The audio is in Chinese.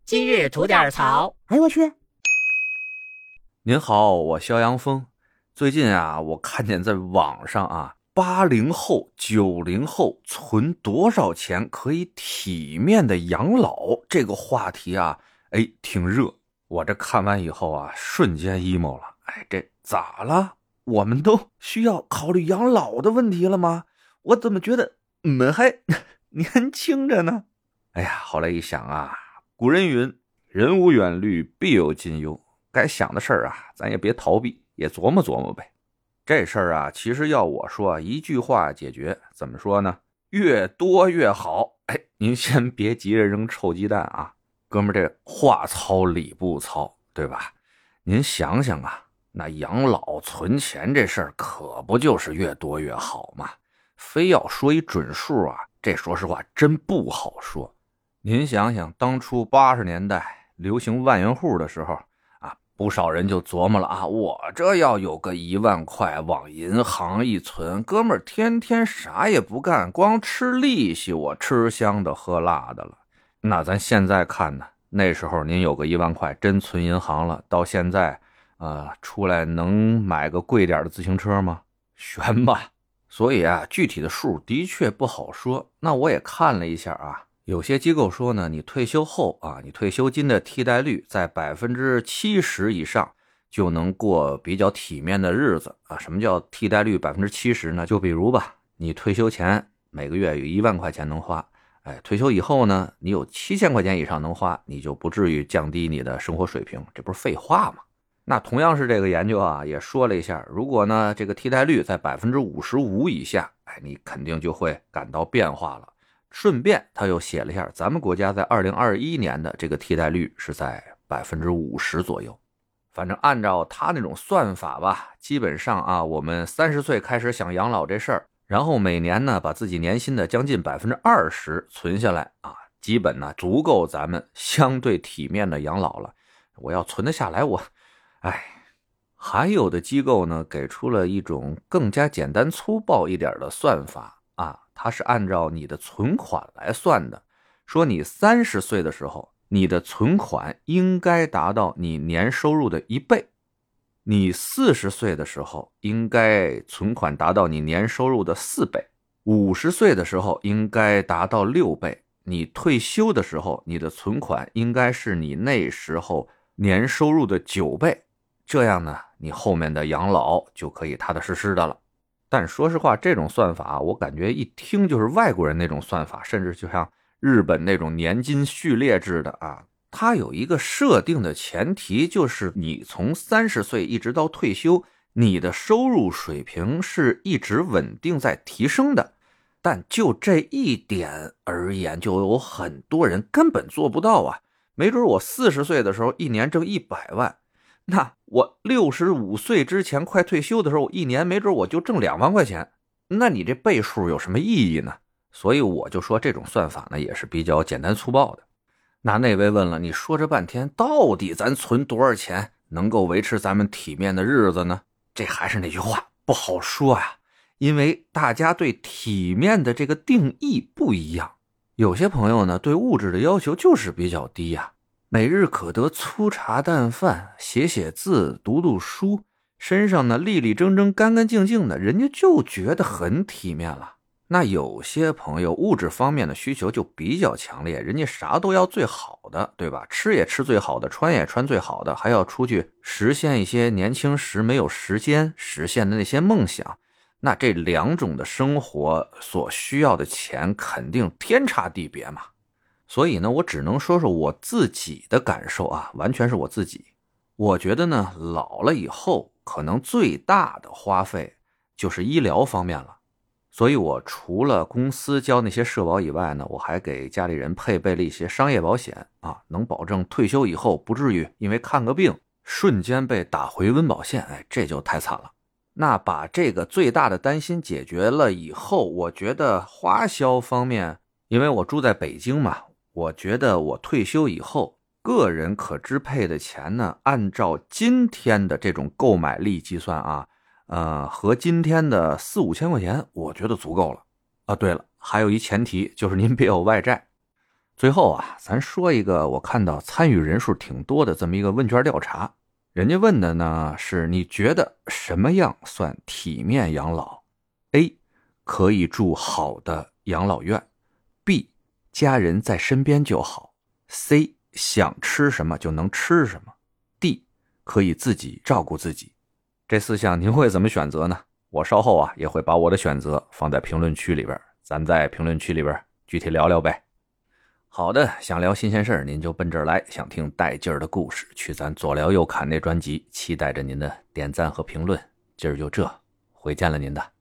今日吐点槽。 哎我去！ 您好，我肖阳峰。最近啊，我看见在网上啊，80后、90后存多少钱可以体面的养老这个话题啊，挺热。我这看完以后啊，瞬间 emo 了。这咋了？我们都需要考虑养老的问题了吗？我怎么觉得你们还年轻着呢？后来一想啊，古人云，人无远虑，必有近忧。该想的事儿啊，咱也别逃避，也琢磨琢磨呗。这事儿啊，其实要我说，一句话解决，怎么说呢？越多越好。您先别急着扔臭鸡蛋啊，哥们儿，这话糙理不糙，对吧？您想想啊，那养老存钱这事儿可不就是越多越好吗？非要说一准数啊，这说实话真不好说。您想想，当初80年代流行万元户的时候啊，不少人就琢磨了啊，我这要有个1万块往银行一存，哥们儿天天啥也不干，光吃利息，我吃香的喝辣的了。那咱现在看呢，那时候您有个1万块真存银行了，到现在出来能买个贵点的自行车吗？悬吧。所以啊，具体的数的确不好说。那我也看了一下啊，有些机构说呢，你退休后啊，你退休金的替代率在 70% 以上就能过比较体面的日子啊。什么叫替代率 70% 呢？就比如吧，你退休前每个月有1万块钱能花，退休以后呢，你有7000块钱以上能花，你就不至于降低你的生活水平，这不是废话吗？那同样是这个研究啊，也说了一下，如果呢这个替代率在 55% 以下，你肯定就会感到变化了。顺便他又写了一下，咱们国家在2021年的这个替代率是在 50% 左右。反正按照他那种算法吧，基本上啊，我们30岁开始想养老这事儿，然后每年呢把自己年薪的将近 20% 存下来啊，基本呢足够咱们相对体面的养老了。我要存得下来，还有的机构呢给出了一种更加简单粗暴一点的算法啊，它是按照你的存款来算的，说你30岁的时候，你的存款应该达到你年收入的1倍，你40岁的时候应该存款达到你年收入的4倍，50岁的时候应该达到6倍，你退休的时候，你的存款应该是你那时候年收入的9倍。这样呢，你后面的养老就可以踏踏实实的了。但说实话，这种算法我感觉一听就是外国人那种算法，甚至就像日本那种年金序列制的啊。它有一个设定的前提，就是你从30岁一直到退休，你的收入水平是一直稳定在提升的。但就这一点而言，就有很多人根本做不到啊。没准我40岁的时候一年挣100万，那我65岁之前快退休的时候，我一年没准我就挣2万块钱，那你这倍数有什么意义呢？所以我就说这种算法呢也是比较简单粗暴的。那位问了，你说这半天到底咱存多少钱能够维持咱们体面的日子呢？这还是那句话，不好说呀，因为大家对体面的这个定义不一样。有些朋友呢对物质的要求就是比较低呀，每日可得粗茶淡饭，写写字，读读书，身上呢立立正正干干净净的，人家就觉得很体面了。那有些朋友物质方面的需求就比较强烈，人家啥都要最好的，对吧？吃也吃最好的，穿也穿最好的，还要出去实现一些年轻时没有时间实现的那些梦想。那这两种的生活所需要的钱肯定天差地别嘛。所以呢，我只能说说我自己的感受啊，完全是我自己。我觉得呢，老了以后可能最大的花费就是医疗方面了。所以我除了公司交那些社保以外呢，我还给家里人配备了一些商业保险啊，能保证退休以后不至于因为看个病瞬间被打回温饱线，这就太惨了。那把这个最大的担心解决了以后，我觉得花销方面，因为我住在北京嘛，我觉得我退休以后个人可支配的钱呢，按照今天的这种购买力计算啊，和今天的4-5千块钱我觉得足够了啊。对了，还有一前提就是您别有外债。 最后啊，咱说一个我看到参与人数挺多的这么一个问卷调查。人家问的呢是你觉得什么样算体面养老？ A 可以住好的养老院， B 家人在身边就好， C 想吃什么就能吃什么， D 可以自己照顾自己。这4项您会怎么选择呢？我稍后啊也会把我的选择放在评论区里边，咱在评论区里边具体聊聊呗。好的，想聊新鲜事儿您就奔这儿来，想听带劲儿的故事去咱左聊右侃那专辑，期待着您的点赞和评论。今儿就这，回见了您的。